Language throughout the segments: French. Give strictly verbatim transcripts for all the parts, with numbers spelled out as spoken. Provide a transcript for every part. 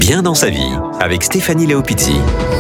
Bien dans sa vie, avec Stéphanie Léopizzi.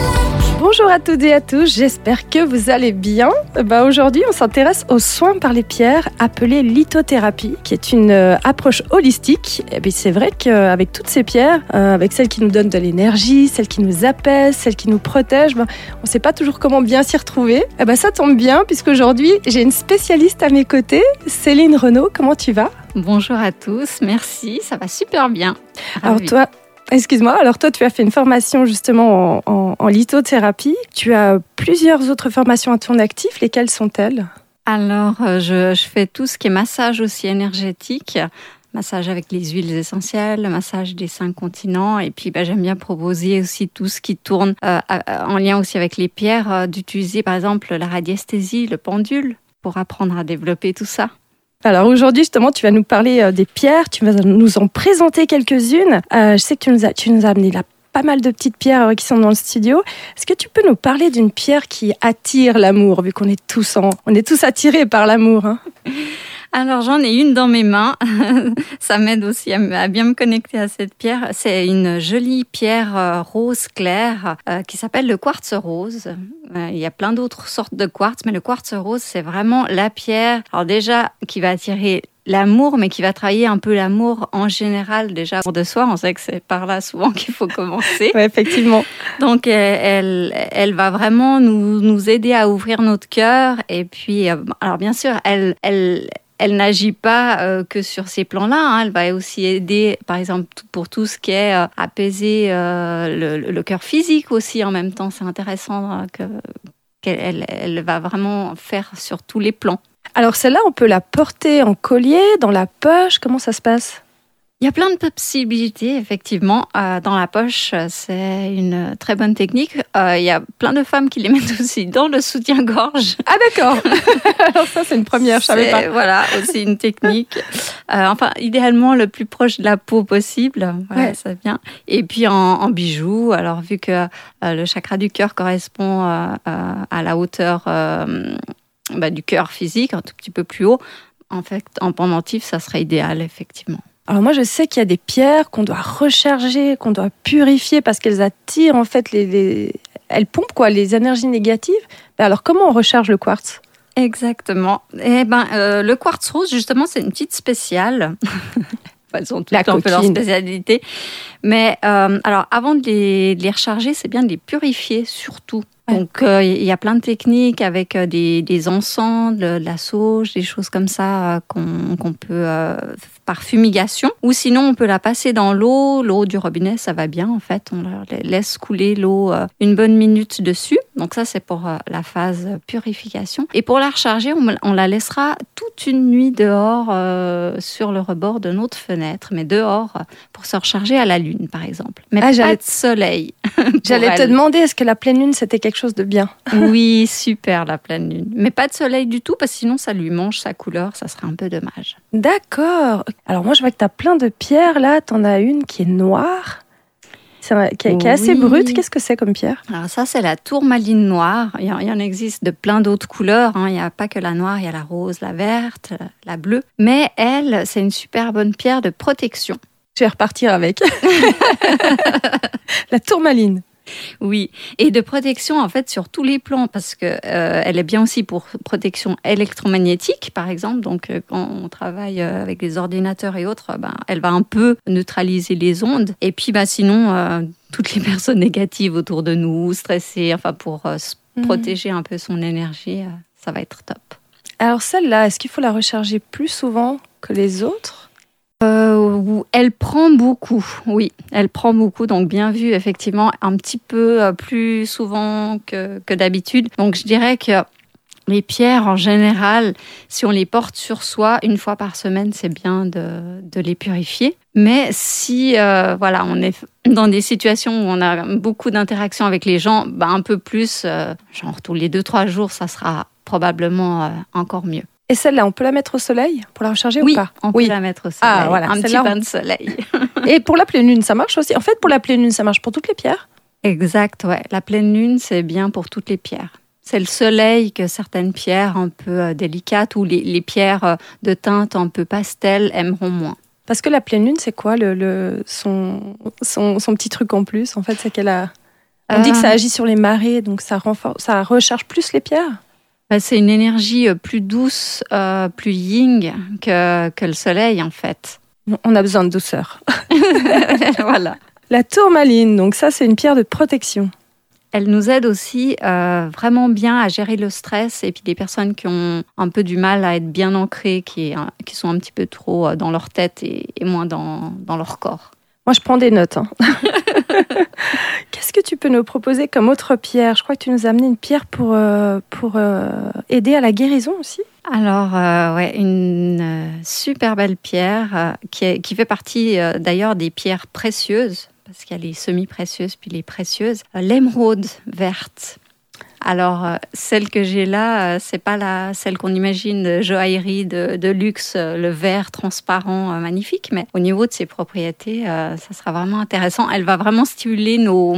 Bonjour à toutes et à tous, j'espère que vous allez bien. Bah aujourd'hui, on s'intéresse aux soins par les pierres, appelée lithothérapie, qui est une euh, approche holistique. Et bien, c'est vrai qu'avec toutes ces pierres, euh, avec celles qui nous donnent de l'énergie, celles qui nous apaisent, celles qui nous protègent, bah, on ne sait pas toujours comment bien s'y retrouver. Et bah, ça tombe bien, puisqu'aujourd'hui, j'ai une spécialiste à mes côtés, Céline Renaud. Comment tu vas ? Bonjour à tous, merci, ça va super bien. Alors Ravie. toi, excuse-moi, alors toi tu as fait une formation justement en, en, en lithothérapie. Tu as plusieurs autres formations à ton actif, lesquelles sont-elles ? Alors euh, je, je fais tout ce qui est massage aussi énergétique, massage avec les huiles essentielles, massage des cinq continents, et puis bah, j'aime bien proposer aussi tout ce qui tourne euh, à, en lien aussi avec les pierres, euh, d'utiliser par exemple la radiesthésie, le pendule, pour apprendre à développer tout ça. Alors aujourd'hui justement tu vas nous parler euh, des pierres, tu vas nous en présenter quelques-unes. Euh, je sais que tu nous as, tu nous as amené là pas mal de petites pierres euh, qui sont dans le studio. Est-ce que tu peux nous parler d'une pierre qui attire l'amour, vu qu'on est tous, en, on est tous attirés par l'amour, hein ? Alors j'en ai une dans mes mains, ça m'aide aussi à, à bien me connecter à cette pierre. C'est une jolie pierre euh, rose clair euh, qui s'appelle le quartz rose. Euh, il y a plein d'autres sortes de quartz, mais le quartz rose c'est vraiment la pierre, alors déjà qui va attirer l'amour, mais qui va travailler un peu l'amour en général déjà de soi. On sait que c'est par là souvent qu'il faut commencer. Oui, effectivement. Donc elle, elle va vraiment nous, nous aider à ouvrir notre cœur. Et puis, alors bien sûr, elle, elle, elle n'agit pas euh, que sur ces plans-là. Hein. Elle va aussi aider, par exemple, pour tout ce qui est euh, apaiser euh, le, le cœur physique aussi en même temps. C'est intéressant euh, que, qu'elle elle, elle va vraiment faire sur tous les plans. Alors celle-là, on peut la porter en collier, dans la poche, comment ça se passe ? Il y a plein de possibilités, effectivement. Euh, dans la poche, c'est une très bonne technique. Euh, il y a plein de femmes qui les mettent aussi dans le soutien-gorge. Ah d'accord. Alors ça, c'est une première, je savais c'est, pas. Voilà, aussi une technique. Euh, enfin, idéalement, le plus proche de la peau possible. Voilà, Ouais. ça vient. Et puis en, en bijoux, alors vu que euh, le chakra du cœur correspond euh, euh, à la hauteur euh, bah, du cœur physique, un tout petit peu plus haut, en fait, en pendentif, ça serait idéal, effectivement. Alors moi, je sais qu'il y a des pierres qu'on doit recharger, qu'on doit purifier parce qu'elles attirent en fait les, les... elles pompent quoi, les énergies négatives. Mais alors comment on recharge le quartz ? Exactement. Eh ben, euh, le quartz rose, justement, c'est une petite spéciale. Elles ont toutes La un peu leur coquine. spécialité. Mais euh, alors, avant de les, de les recharger, c'est bien de les purifier surtout. Donc, euh, il y a plein de techniques avec euh, des, des encens, de, de la sauge, des choses comme ça euh, qu'on, qu'on peut euh, par fumigation. Ou sinon, on peut la passer dans l'eau. L'eau du robinet, ça va bien en fait. On la laisse couler l'eau euh, une bonne minute dessus. Donc ça, c'est pour euh, la phase purification. Et pour la recharger, on, on la laissera toute une nuit dehors euh, sur le rebord de notre fenêtre. Mais dehors, pour se recharger à la lune, par exemple. Mais Ah, pas j'allais- de soleil. J'allais te elle. demander, est-ce que la pleine lune, c'était quelque chose de bien ? Oui, super la pleine lune. Mais pas de soleil du tout, parce que sinon ça lui mange sa couleur, ça serait un peu dommage. D'accord. Alors moi, je vois que tu as plein de pierres là. Tu en as une qui est noire, c'est un- qui est, qui est assez Oui. brute. Qu'est-ce que c'est comme pierre ? Alors ça, c'est la tourmaline noire. Il y en, il y en existe de plein d'autres couleurs. Hein. Il n'y a pas que la noire, il y a la rose, la verte, la bleue. Mais elle, c'est une super bonne pierre de protection. Je vais repartir avec. La tourmaline. Oui, et de protection en fait sur tous les plans parce que euh, elle est bien aussi pour protection électromagnétique par exemple. Donc euh, quand on travaille euh, avec les ordinateurs et autres, ben elle va un peu neutraliser les ondes. Et puis bah sinon euh, toutes les personnes négatives autour de nous, stressées, enfin pour euh, se Mhm. protéger un peu son énergie, euh, ça va être top. Alors celle-là, est-ce qu'il faut la recharger plus souvent que les autres ? Euh, elle prend beaucoup, oui, elle prend beaucoup, donc bien vu, effectivement, un petit peu euh, plus souvent que, que d'habitude. Donc je dirais que les pierres, en général, si on les porte sur soi, une fois par semaine, c'est bien de, de les purifier. Mais si euh, voilà, on est dans des situations où on a beaucoup d'interactions avec les gens, bah, un peu plus, euh, genre tous les deux, trois jours, ça sera probablement euh, encore mieux. Et celle-là, on peut la mettre au soleil pour la recharger Oui, ou pas ? on peut la mettre au soleil, Ah, voilà, un petit celle-là, bain on- de soleil. Et pour la pleine lune, ça marche aussi ? En fait, pour la pleine lune, ça marche pour toutes les pierres ? Exact, ouais. La pleine lune, c'est bien pour toutes les pierres. C'est le soleil que certaines pierres un peu euh, délicates ou les, les pierres euh, de teinte un peu pastel aimeront moins. Parce que la pleine lune, c'est quoi le, le, son, son, son petit truc en plus? En fait, c'est qu'elle a... On euh... dit que ça agit sur les marées, donc ça, renforce, ça recharge plus les pierres? C'est une énergie plus douce, euh, plus yin que, que le soleil, en fait. On a besoin de douceur. Voilà. La tourmaline, donc ça, c'est une pierre de protection. Elle nous aide aussi euh, vraiment bien à gérer le stress et puis des personnes qui ont un peu du mal à être bien ancrées, qui, qui sont un petit peu trop dans leur tête et, et moins dans, dans leur corps. Moi, je prends des notes. Hein. Qu'est-ce que tu peux nous proposer comme autre pierre? Je crois que tu nous as amené une pierre pour, euh, pour euh, aider à la guérison aussi. Alors, euh, ouais, une euh, super belle pierre euh, qui, est, qui fait partie euh, d'ailleurs des pierres précieuses, parce qu'il y a les semi-précieuses puis les précieuses. Euh, l'émeraude verte. Alors, euh, celle que j'ai là, euh, c'est pas la, celle qu'on imagine de joaillerie de, de luxe, euh, le vert transparent euh, magnifique, mais au niveau de ses propriétés, euh, ça sera vraiment intéressant. Elle va vraiment stimuler nos,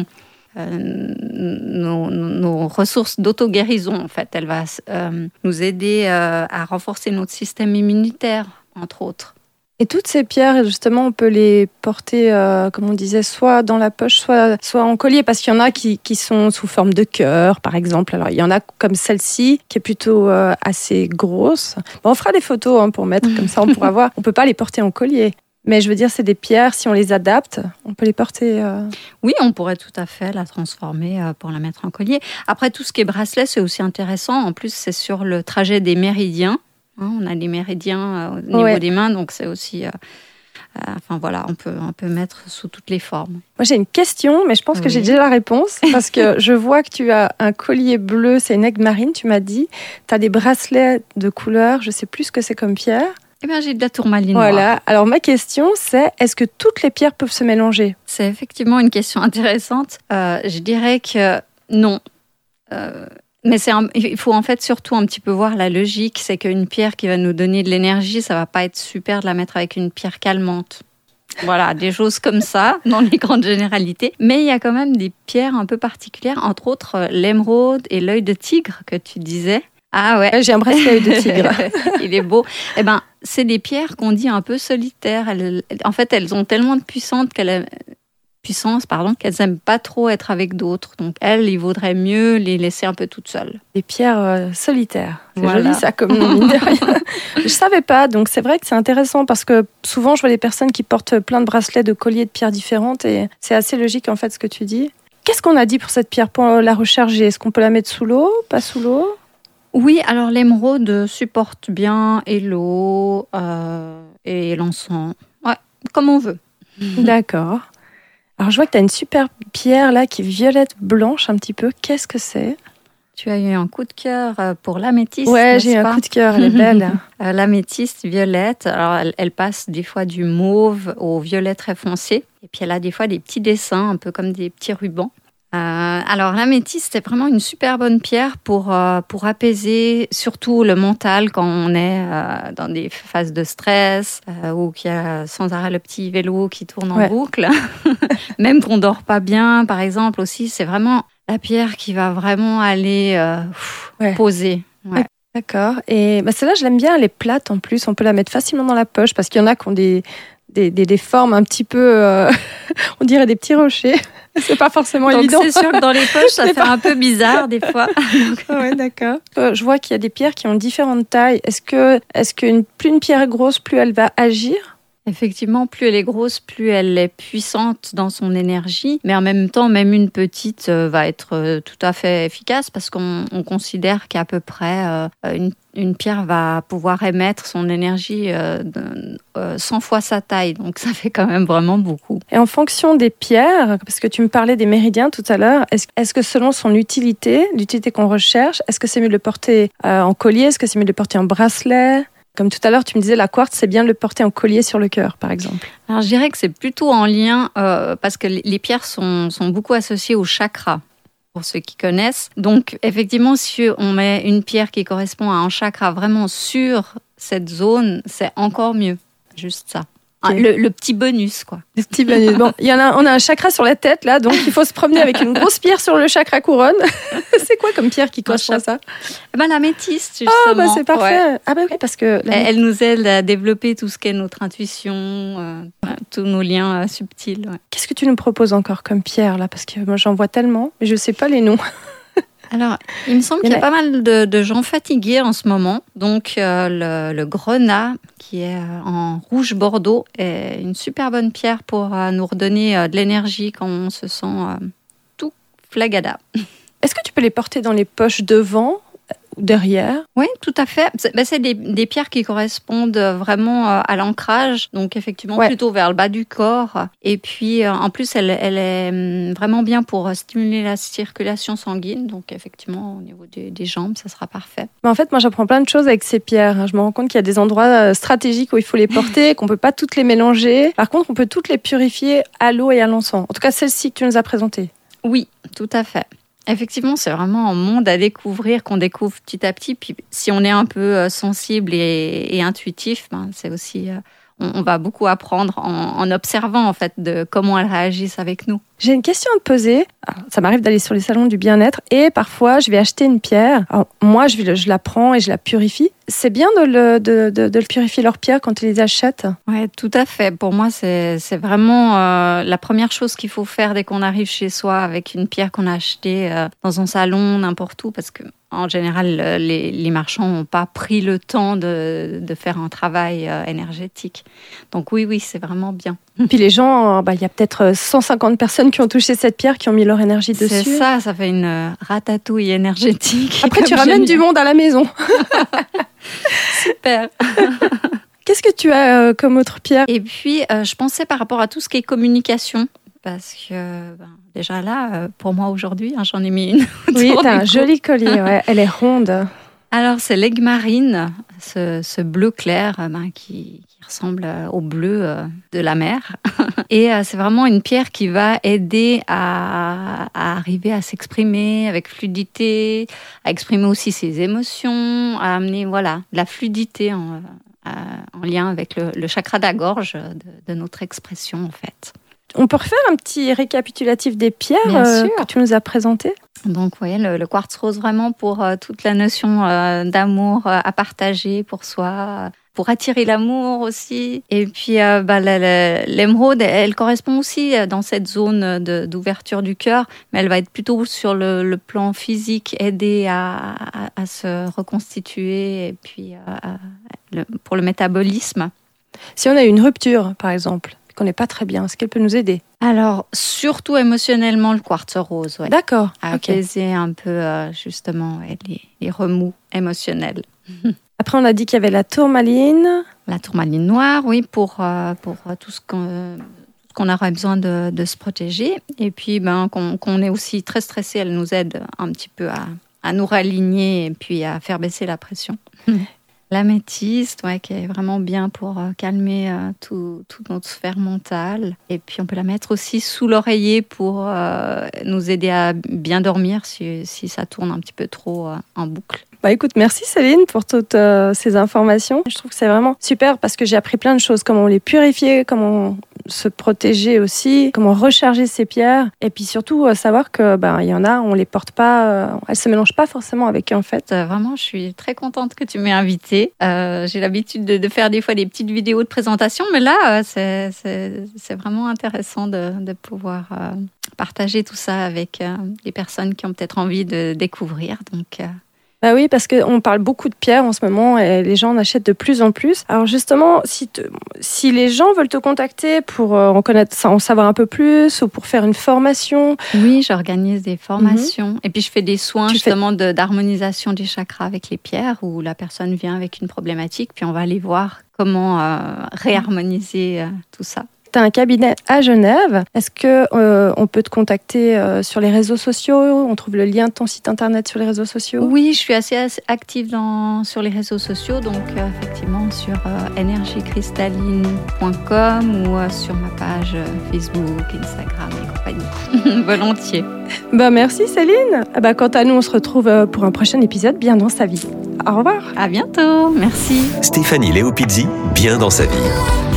euh, nos, nos ressources d'auto-guérison, en fait. Elle va euh, nous aider euh, à renforcer notre système immunitaire, entre autres. Et toutes ces pierres, justement, on peut les porter, euh, comme on disait, soit dans la poche, soit, soit en collier, parce qu'il y en a qui, qui sont sous forme de cœur, par exemple. Alors, il y en a comme celle-ci, qui est plutôt euh, assez grosse. Bon, on fera des photos hein, pour mettre, comme ça on pourra voir. On ne peut pas les porter en collier. Mais je veux dire, c'est des pierres, si on les adapte, on peut les porter... Euh... Oui, on pourrait tout à fait la transformer euh, pour la mettre en collier. Après, tout ce qui est bracelet, c'est aussi intéressant. En plus, c'est sur le trajet des méridiens. On a les méridiens au niveau ouais. des mains, donc c'est aussi... Euh, euh, enfin voilà, on peut, on peut mettre sous toutes les formes. Moi j'ai une question, mais je pense oui. que j'ai déjà la réponse, parce que je vois que tu as un collier bleu, c'est une aigle marine, tu m'as dit. Tu as des bracelets de couleur, je ne sais plus ce que c'est comme pierre. Eh bien j'ai de la tourmaline Voilà, noire. Alors ma question c'est, est-ce que toutes les pierres peuvent se mélanger? C'est effectivement une question intéressante. Euh, je dirais que non. Euh, Mais c'est un, il faut en fait surtout un petit peu voir la logique. C'est qu'une pierre qui va nous donner de l'énergie, ça va pas être super de la mettre avec une pierre calmante. Voilà, des choses comme ça, dans les grandes généralités. Mais il y a quand même des pierres un peu particulières, entre autres l'émeraude et l'œil de tigre que tu disais. Ah ouais. J'ai un bracelet œil de tigre. Il est beau. Eh ben, c'est des pierres qu'on dit un peu solitaires. Elles, en fait, elles ont tellement de puissance qu'elles... puissance, pardon, qu'elles n'aiment pas trop être avec d'autres. Donc, elles, il vaudrait mieux les laisser un peu toutes seules. Des pierres euh, solitaires. C'est voilà. Joli, ça, comme nom, mine de rien. Je ne savais pas, donc c'est vrai que c'est intéressant parce que souvent, je vois des personnes qui portent plein de bracelets, de colliers de pierres différentes et c'est assez logique, en fait, ce que tu dis. Qu'est-ce qu'on a dit pour cette pierre, pour la recharger? Est-ce qu'on peut la mettre sous l'eau, pas sous l'eau? Oui, alors l'émeraude supporte bien et l'eau euh, et l'encens. Ouais, comme on veut. D'accord. Alors, je vois que tu as une super pierre là qui est violette blanche un petit peu. Qu'est-ce que c'est? Tu as eu un coup de cœur pour l'améthyste. Ouais, j'ai eu pas un coup de cœur, elle est belle. L'améthyste violette, alors elle, elle passe des fois du mauve au violet très foncé. Et puis elle a des fois des petits dessins, un peu comme des petits rubans. Euh, alors l'améthyste, c'est vraiment une super bonne pierre pour, euh, pour apaiser surtout le mental quand on est euh, dans des phases de stress euh, ou qu'il y a sans arrêt le petit vélo qui tourne en ouais. boucle. Même qu'on dort pas bien, par exemple, aussi, c'est vraiment la pierre qui va vraiment aller euh, pff, ouais. poser. Ouais. D'accord. Et bah, celle-là, je l'aime bien, elle est plate en plus. On peut la mettre facilement dans la poche parce qu'il y en a qui ont des, des, des, des formes un petit peu, euh, on dirait des petits rochers. C'est pas forcément Donc évident. C'est sûr que dans les poches, ça fait pas... un peu bizarre des fois. Ouais, d'accord. Euh, je vois qu'il y a des pierres qui ont différentes tailles. Est-ce que, est-ce qu'une plus une pierre est grosse, plus elle va agir? Effectivement, plus elle est grosse, plus elle est puissante dans son énergie. Mais en même temps, même une petite euh, va être euh, tout à fait efficace parce qu'on on considère qu'à peu près euh, une, une pierre va pouvoir émettre son énergie euh, de, euh, cent fois sa taille. Donc ça fait quand même vraiment beaucoup. Et en fonction des pierres, parce que tu me parlais des méridiens tout à l'heure, est-ce, est-ce que selon son utilité, l'utilité qu'on recherche, est-ce que c'est mieux de le porter euh, en collier? Est-ce que c'est mieux de le porter en bracelet? Comme tout à l'heure, tu me disais, la quartz, c'est bien de le porter en collier sur le cœur, par exemple. Alors, je dirais que c'est plutôt en lien, euh, parce que les pierres sont, sont beaucoup associées au chakra, pour ceux qui connaissent. Donc, effectivement, si on met une pierre qui correspond à un chakra vraiment sur cette zone, c'est encore mieux. Juste ça. Okay. Le, le petit bonus, quoi. Le petit bonus. Bon, il y en a, on a un chakra sur la tête, là, donc il faut se promener avec une grosse pierre sur le chakra couronne. C'est quoi comme pierre qui correspond à ça? Eh ben, l'améthyste, justement. Ah, bah c'est parfait. Ouais. Ah, bah oui, parce que... La... Elle nous aide à développer tout ce qu'est notre intuition, euh, tous nos liens euh, subtils. Ouais. Qu'est-ce que tu nous proposes encore comme pierre, là? Parce que moi, j'en vois tellement, mais je ne sais pas les noms. Alors, il me semble qu'il y a pas mal de, de gens fatigués en ce moment. Donc, euh, le, le grenat, qui est en rouge bordeaux, est une super bonne pierre pour euh, nous redonner euh, de l'énergie quand on se sent euh, tout flagada. Est-ce que tu peux les porter dans les poches devant ou derrière? Oui, tout à fait. C'est, ben, c'est des, des pierres qui correspondent vraiment à l'ancrage, donc effectivement ouais. plutôt vers le bas du corps. Et puis, en plus, elle, elle est vraiment bien pour stimuler la circulation sanguine. Donc, effectivement, au niveau des, des jambes, ça sera parfait. Mais en fait, moi, j'apprends plein de choses avec ces pierres. Je me rends compte qu'il y a des endroits stratégiques où il faut les porter, qu'on ne peut pas toutes les mélanger. Par contre, on peut toutes les purifier à l'eau et à l'encens. En tout cas, celle-ci que tu nous as présentée. Oui, tout à fait. Effectivement, c'est vraiment un monde à découvrir, qu'on découvre petit à petit. Puis, si on est un peu sensible et, et intuitif, ben, c'est aussi, on, on va beaucoup apprendre en, en observant en fait de comment elles réagissent avec nous. J'ai une question à te poser. Alors, ça m'arrive d'aller sur les salons du bien-être et parfois je vais acheter une pierre. Alors, moi, je, vais, je la prends et je la purifie. C'est bien de le, de, de, de le purifier leur pierre quand ils les achètent. Oui, tout à fait. Pour moi, c'est, c'est vraiment euh, la première chose qu'il faut faire dès qu'on arrive chez soi avec une pierre qu'on a achetée euh, dans un salon, n'importe où, parce que en général, les, les marchands n'ont pas pris le temps de, de faire un travail euh, énergétique. Donc oui, oui, c'est vraiment bien. Puis les gens, bah, y a peut-être cent cinquante personnes qui ont touché cette pierre, qui ont mis leur énergie dessus. C'est ça, ça fait une ratatouille énergétique. Après, tu ramènes du monde à la maison. Super. Qu'est-ce que tu as euh, comme autre pierre? Et puis, euh, je pensais par rapport à tout ce qui est communication. Parce que ben, déjà là, pour moi aujourd'hui, hein, j'en ai mis une. Oui, t'as un joli collier, ouais. Elle est ronde. Alors c'est l'aigle marine, ce, ce bleu clair ben, qui, qui ressemble au bleu de la mer. Et euh, c'est vraiment une pierre qui va aider à, à arriver à s'exprimer avec fluidité, à exprimer aussi ses émotions, à amener voilà, de la fluidité en, en lien avec le, le chakra de la gorge de, de notre expression en fait. On peut refaire un petit récapitulatif des pierres euh, que tu nous as présentées? Donc, oui, le, le quartz rose vraiment pour euh, toute la notion euh, d'amour euh, à partager pour soi, euh, pour attirer l'amour aussi. Et puis, euh, bah, la, la, l'émeraude, elle, elle correspond aussi dans cette zone de, d'ouverture du cœur, mais elle va être plutôt sur le, le plan physique, aider à, à, à se reconstituer et puis euh, à, le, pour le métabolisme. Si on a une rupture, par exemple, qu'on n'est pas très bien, est-ce qu'elle peut nous aider? Alors, surtout émotionnellement, le quartz rose. Ouais. D'accord. À okay. apaiser un peu, euh, justement, ouais, les, les remous émotionnels. Après, on a dit qu'il y avait la tourmaline. La tourmaline noire, oui, pour, euh, pour tout ce qu'on, qu'on aurait besoin de, de se protéger. Et puis, ben, qu'on, qu'on est aussi très stressé, elle nous aide un petit peu à, à nous réaligner et puis à faire baisser la pression. L'améthyste, ouais, qui est vraiment bien pour euh, calmer euh, tout, toute notre sphère mentale. Et puis, on peut la mettre aussi sous l'oreiller pour euh, nous aider à bien dormir si, si ça tourne un petit peu trop euh, en boucle. Bah écoute, merci Céline pour toutes euh, ces informations. Je trouve que c'est vraiment super parce que j'ai appris plein de choses, comment les purifier, comment se protéger aussi, comment recharger ses pierres et puis surtout euh, savoir que ben il y en a, on les porte pas, euh, elles se mélangent pas forcément avec eux en fait. Euh, vraiment, je suis très contente que tu m'aies invitée. Euh, j'ai l'habitude de, de faire des fois des petites vidéos de présentation, mais là euh, c'est, c'est, c'est vraiment intéressant de, de pouvoir euh, partager tout ça avec euh, des personnes qui ont peut-être envie de découvrir. Donc euh, Bah oui, parce qu'on parle beaucoup de pierres en ce moment et les gens en achètent de plus en plus. Alors justement, si, te, si les gens veulent te contacter pour euh, en connaître, en savoir un peu plus ou pour faire une formation... Oui, j'organise des formations. Mm-hmm. Et puis je fais des soins tu justement fais... de, d'harmonisation des chakras avec les pierres où la personne vient avec une problématique puis on va aller voir comment euh, réharmoniser euh, tout ça. Tu as un cabinet à Genève. Est-ce qu'on euh, peut te contacter euh, sur les réseaux sociaux? On trouve le lien de ton site internet sur les réseaux sociaux? Oui, je suis assez, assez active dans, sur les réseaux sociaux, donc euh, effectivement sur euh, énergie cristalline point com ou euh, sur ma page euh, Facebook, Instagram et compagnie. Volontiers. Bah, merci Céline. Bah, quant à nous, on se retrouve pour un prochain épisode Bien dans sa vie. Au revoir. À bientôt. Merci. Stéphanie Léopizzi, Bien dans sa vie.